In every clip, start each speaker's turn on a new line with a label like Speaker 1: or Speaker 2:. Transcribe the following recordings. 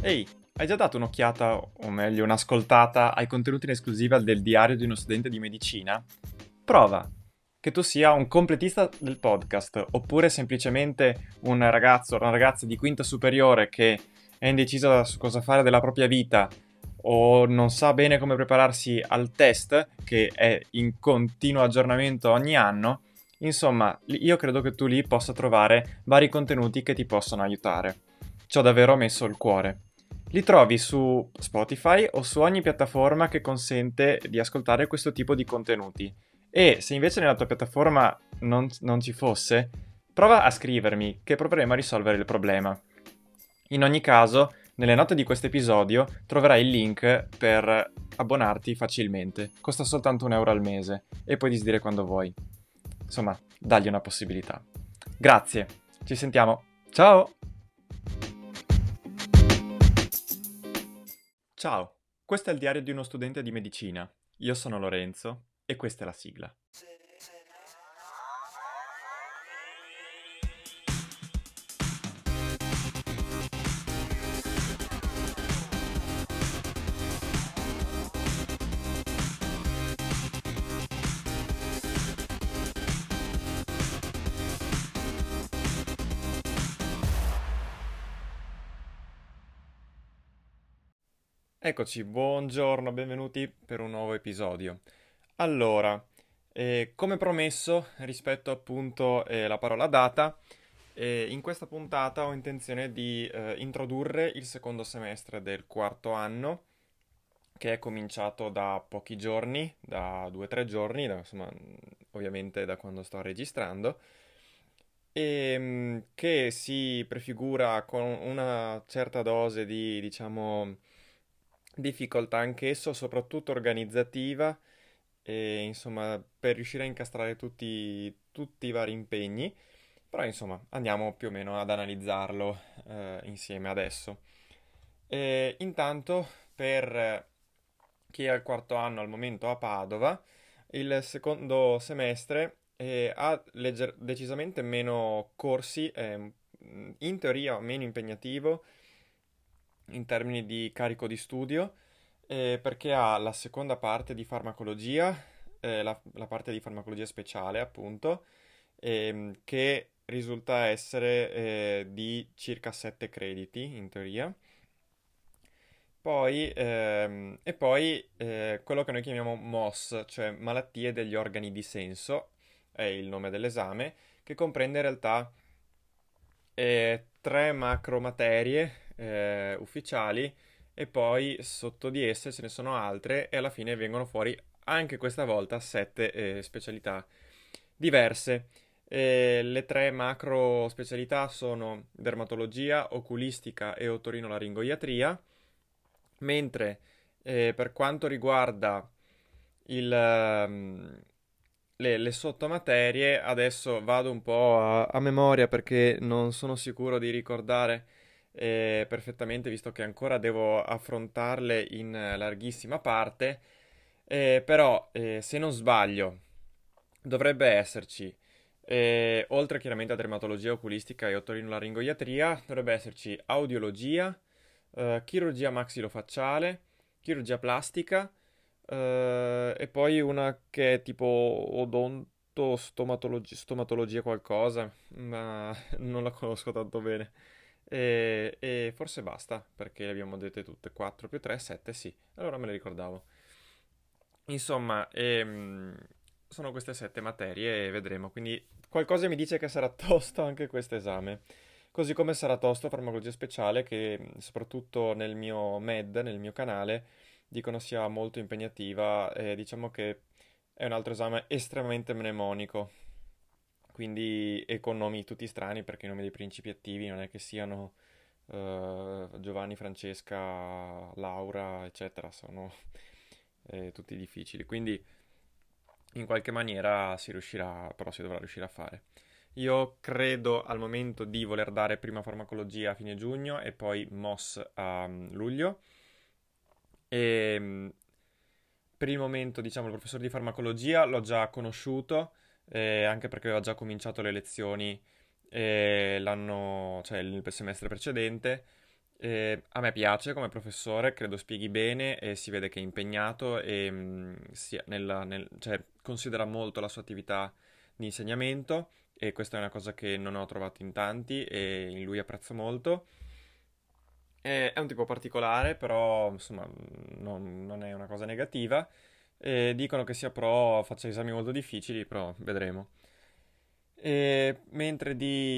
Speaker 1: Ehi, hai già dato un'occhiata, o meglio un'ascoltata, ai contenuti in esclusiva del diario di uno studente di medicina? Prova che tu sia un completista del podcast, oppure semplicemente un ragazzo o una ragazza di quinta superiore che è indecisa su cosa fare della propria vita o non sa bene come prepararsi al test, che è in continuo aggiornamento ogni anno. Insomma, io credo che tu lì possa trovare vari contenuti che ti possono aiutare. Ci ho davvero messo il cuore. Li trovi su Spotify o su ogni piattaforma che consente di ascoltare questo tipo di contenuti. E se invece nella tua piattaforma non ci fosse, prova a scrivermi che proveremo a risolvere il problema. In ogni caso, nelle note di questo episodio troverai il link per abbonarti facilmente. Costa soltanto 1 euro al mese e puoi disdire quando vuoi. Insomma, dagli una possibilità. Grazie, ci sentiamo. Ciao! Ciao, questo è il diario di uno studente di medicina. Io sono Lorenzo e questa è la sigla. Eccoci, buongiorno, benvenuti per un nuovo episodio. Allora, come promesso, rispetto appunto la parola data, in questa puntata ho intenzione di introdurre il secondo semestre del quarto anno, che è cominciato da pochi giorni, da 2 o 3 giorni, insomma, ovviamente da quando sto registrando, e che si prefigura con una certa dose di, diciamo, difficoltà anch'esso, soprattutto organizzativa, e insomma, per riuscire a incastrare tutti i vari impegni. Però insomma, andiamo più o meno ad analizzarlo insieme adesso. Intanto, per chi è al quarto anno al momento a Padova, il secondo semestre ha decisamente meno corsi, in teoria meno impegnativo in termini di carico di studio, perché ha la seconda parte di farmacologia, la parte di farmacologia speciale, appunto, che risulta essere di circa 7 crediti in teoria. Poi quello che noi chiamiamo MOS, cioè malattie degli organi di senso, è il nome dell'esame, che comprende in realtà 3 macromaterie ufficiali e poi sotto di esse ce ne sono altre e alla fine vengono fuori anche questa volta 7 specialità diverse. Le 3 macro specialità sono dermatologia, oculistica e otorinolaringoiatria, mentre per quanto riguarda il, le sottomaterie, adesso vado un po' a memoria perché non sono sicuro di ricordare perfettamente, visto che ancora devo affrontarle in larghissima parte, però se non sbaglio dovrebbe esserci, oltre chiaramente a dermatologia oculistica e otorinolaringoiatria, dovrebbe esserci audiologia, chirurgia maxillofacciale, chirurgia plastica, e poi una che è tipo stomatologia qualcosa, ma non la conosco tanto bene. E forse basta, perché le abbiamo dette tutte. 4 più 3, 7, sì. Allora me le ricordavo. Insomma, sono queste 7 materie e vedremo. Quindi qualcosa mi dice che sarà tosto anche questo esame. Così come sarà tosto farmacologia speciale, che soprattutto nel mio med, nel mio canale, dicono sia molto impegnativa. E diciamo che è un altro esame estremamente mnemonico. Quindi, e con nomi tutti strani, perché i nomi dei principi attivi non è che siano Giovanni, Francesca, Laura, eccetera. Sono tutti difficili. Quindi in qualche maniera si riuscirà, però si dovrà riuscire a fare. Io credo al momento di voler dare prima farmacologia a fine giugno e poi MOS a luglio. E per il momento, diciamo, il professore di farmacologia l'ho già conosciuto, anche perché aveva già cominciato le lezioni l'anno, cioè il semestre precedente. A me piace come professore, credo spieghi bene e si vede che è impegnato e cioè, considera molto la sua attività di insegnamento e questa è una cosa che non ho trovato in tanti e in lui apprezzo molto. È un tipo particolare, però insomma non è una cosa negativa. Dicono che sia pro, faccia esami molto difficili, però vedremo. Mentre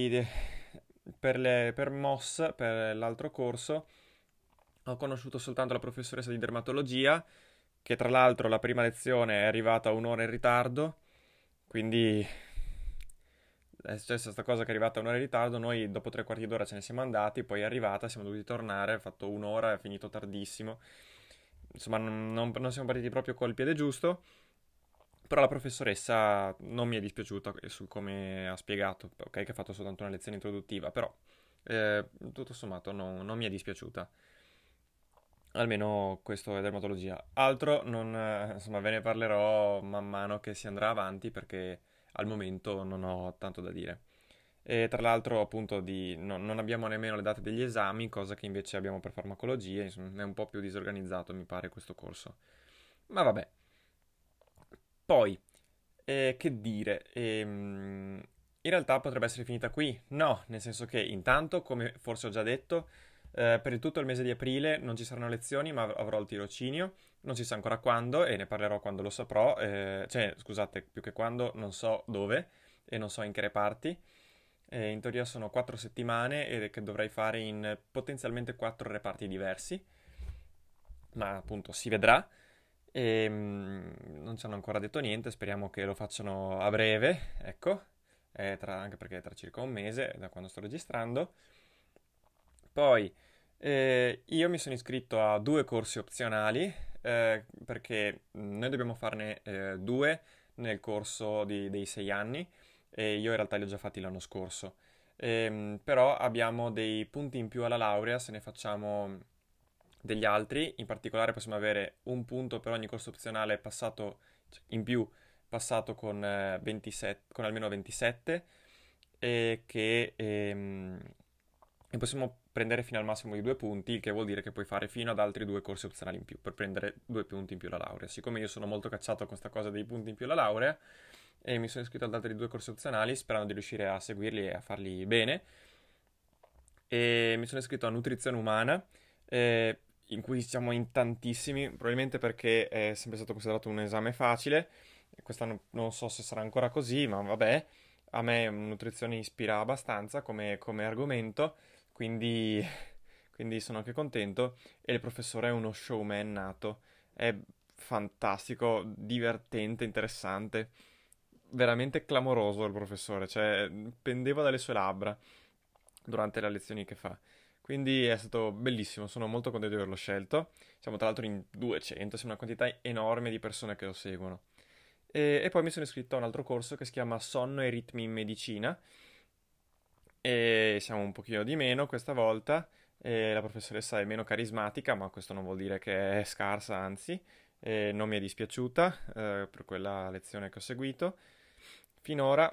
Speaker 1: per MOS, per l'altro corso, ho conosciuto soltanto la professoressa di dermatologia, che tra l'altro la prima lezione è arrivata un'ora in ritardo, quindi è successa questa cosa che è arrivata un'ora in ritardo, noi dopo tre quarti d'ora ce ne siamo andati, poi è arrivata, siamo dovuti tornare, ha fatto un'ora, è finito tardissimo. Insomma, non siamo partiti proprio col piede giusto, però la professoressa non mi è dispiaciuta su come ha spiegato, ok che ha fatto soltanto una lezione introduttiva, però tutto sommato non mi è dispiaciuta. Almeno questo è dermatologia. Altro non, insomma, ve ne parlerò man mano che si andrà avanti perché al momento non ho tanto da dire. E tra l'altro, appunto, non abbiamo nemmeno le date degli esami, cosa che invece abbiamo per farmacologia, insomma, è un po' più disorganizzato, mi pare, questo corso. Ma vabbè. Poi, che dire, in realtà potrebbe essere finita qui. No, nel senso che intanto, come forse ho già detto, per tutto il mese di aprile non ci saranno lezioni, ma avrò il tirocinio. Non si sa ancora quando e ne parlerò quando lo saprò. Cioè, scusate, più che quando, non so dove e non so in che reparti. In teoria sono 4 settimane e che dovrei fare in potenzialmente 4 reparti diversi, ma appunto si vedrà. Non ci hanno ancora detto niente, speriamo che lo facciano a breve, ecco, anche perché è tra circa un mese da quando sto registrando. Poi io mi sono iscritto a 2 corsi opzionali perché noi dobbiamo farne 2 nel corso dei 6 anni e io in realtà li ho già fatti l'anno scorso. Però abbiamo dei punti in più alla laurea se ne facciamo degli altri, in particolare possiamo avere un punto per ogni corso opzionale passato in più, passato con, 27, con almeno 27 e possiamo prendere fino al massimo di 2 punti, il che vuol dire che puoi fare fino ad altri 2 corsi opzionali in più per prendere 2 punti in più alla laurea. Siccome io sono molto cacciato con questa cosa dei punti in più alla laurea, e mi sono iscritto ad altri 2 corsi opzionali sperando di riuscire a seguirli e a farli bene. E mi sono iscritto a nutrizione umana, in cui siamo in tantissimi, probabilmente perché è sempre stato considerato un esame facile. E quest'anno non so se sarà ancora così, ma vabbè, a me nutrizione ispira abbastanza come argomento, quindi, quindi sono anche contento. E il professore è uno showman nato, è fantastico, divertente, interessante, veramente clamoroso il professore, cioè pendevo dalle sue labbra durante le lezioni che fa. Quindi è stato bellissimo, sono molto contento di averlo scelto. Siamo tra l'altro in 200, siamo una quantità enorme di persone che lo seguono. E poi mi sono iscritto a un altro corso che si chiama Sonno e ritmi in medicina. E siamo un pochino di meno questa volta. E la professoressa è meno carismatica, ma questo non vuol dire che è scarsa, anzi, non mi è dispiaciuta per quella lezione che ho seguito finora.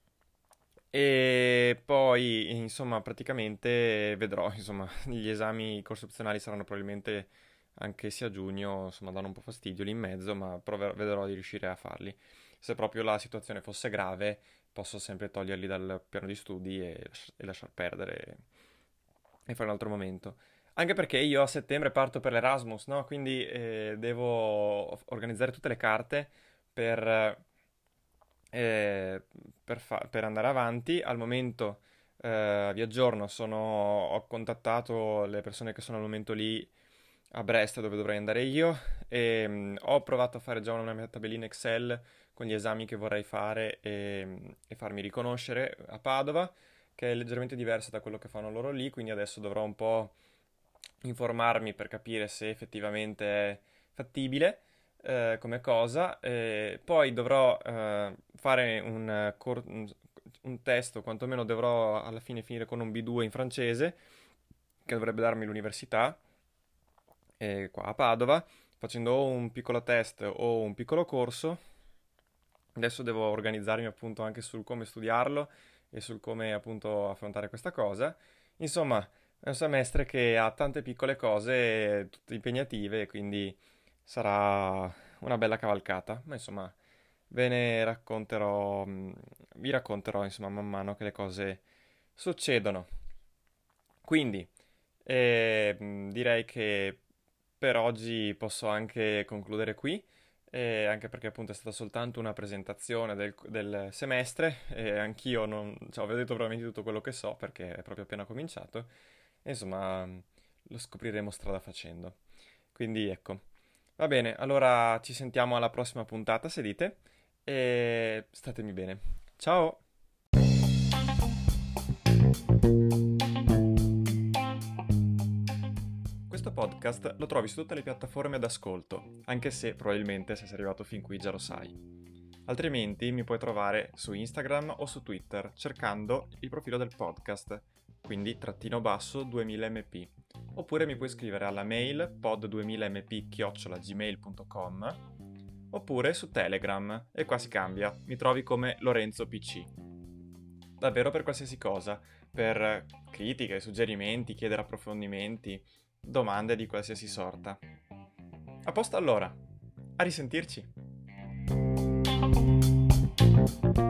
Speaker 1: E poi, insomma, praticamente vedrò, insomma, gli esami, i corsi opzionali saranno probabilmente anche se a giugno, insomma, danno un po' fastidio lì in mezzo, ma vedrò di riuscire a farli. Se proprio la situazione fosse grave, posso sempre toglierli dal piano di studi e lasciar perdere e fare un altro momento. Anche perché io a settembre parto per l'Erasmus, no? Quindi devo organizzare tutte le carte per eh, per andare avanti. Al momento vi aggiorno, ho contattato le persone che sono al momento lì a Brest dove dovrei andare io e ho provato a fare già una mia tabellina Excel con gli esami che vorrei fare e farmi riconoscere a Padova, che è leggermente diversa da quello che fanno loro lì, quindi adesso dovrò un po' informarmi per capire se effettivamente è fattibile come cosa. Poi dovrò fare un test, o quantomeno dovrò alla fine finire con un B2 in francese, che dovrebbe darmi l'università qua a Padova, facendo o un piccolo test o un piccolo corso. Adesso devo organizzarmi appunto anche sul come studiarlo e sul come appunto affrontare questa cosa. Insomma, È un semestre che ha tante piccole cose, tutte impegnative, quindi sarà una bella cavalcata. Ma insomma, ve ne racconterò, vi racconterò insomma man mano che le cose succedono. Quindi, direi che per oggi posso anche concludere qui, anche perché appunto è stata soltanto una presentazione del semestre e anch'io non, cioè, ho detto veramente tutto quello che so perché è proprio appena cominciato e insomma lo scopriremo strada facendo. Quindi ecco, va bene, allora ci sentiamo alla prossima puntata se dite e statemi bene. Ciao! Questo podcast lo trovi su tutte le piattaforme d'ascolto, anche se probabilmente se sei arrivato fin qui già lo sai. Altrimenti mi puoi trovare su Instagram o su Twitter cercando il profilo del podcast, quindi trattino basso 2000mp. Oppure mi puoi scrivere alla mail pod2000mp@gmail.com oppure su Telegram e qua si cambia, mi trovi come Lorenzo PC. Davvero per qualsiasi cosa, per critiche, suggerimenti, chiedere approfondimenti, domande di qualsiasi sorta. A posto allora, a risentirci!